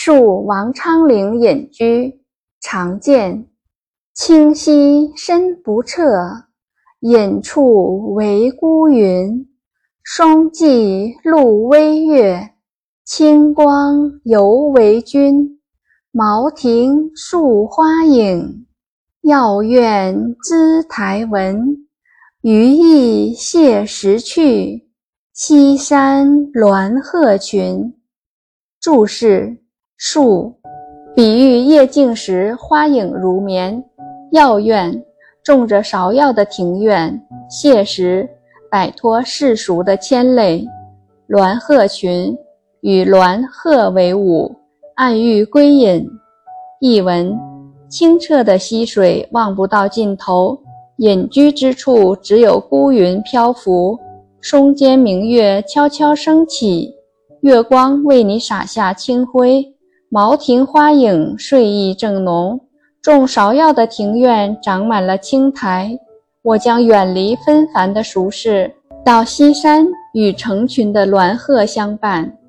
述王昌龄隐居，常见。清溪深不测，隐处为孤云。霜霁露微月，清光犹为君。茅亭树花影，药院姿台闻。余意谢时去，西山鸾鹤群。注释：树，比喻夜静时花影如眠；药院，种着芍药的庭院；谢时，摆脱世俗的牵累；鸾鹤群，与鸾鹤为伍，暗喻归隐。译文：清澈的溪水望不到尽头，隐居之处只有孤云漂浮，松间明月悄悄升起，月光为你洒下清辉，茅亭花影睡意正浓，种芍药的庭院长满了青苔。我将远离纷繁的俗世，到西山与成群的鸾鹤相伴。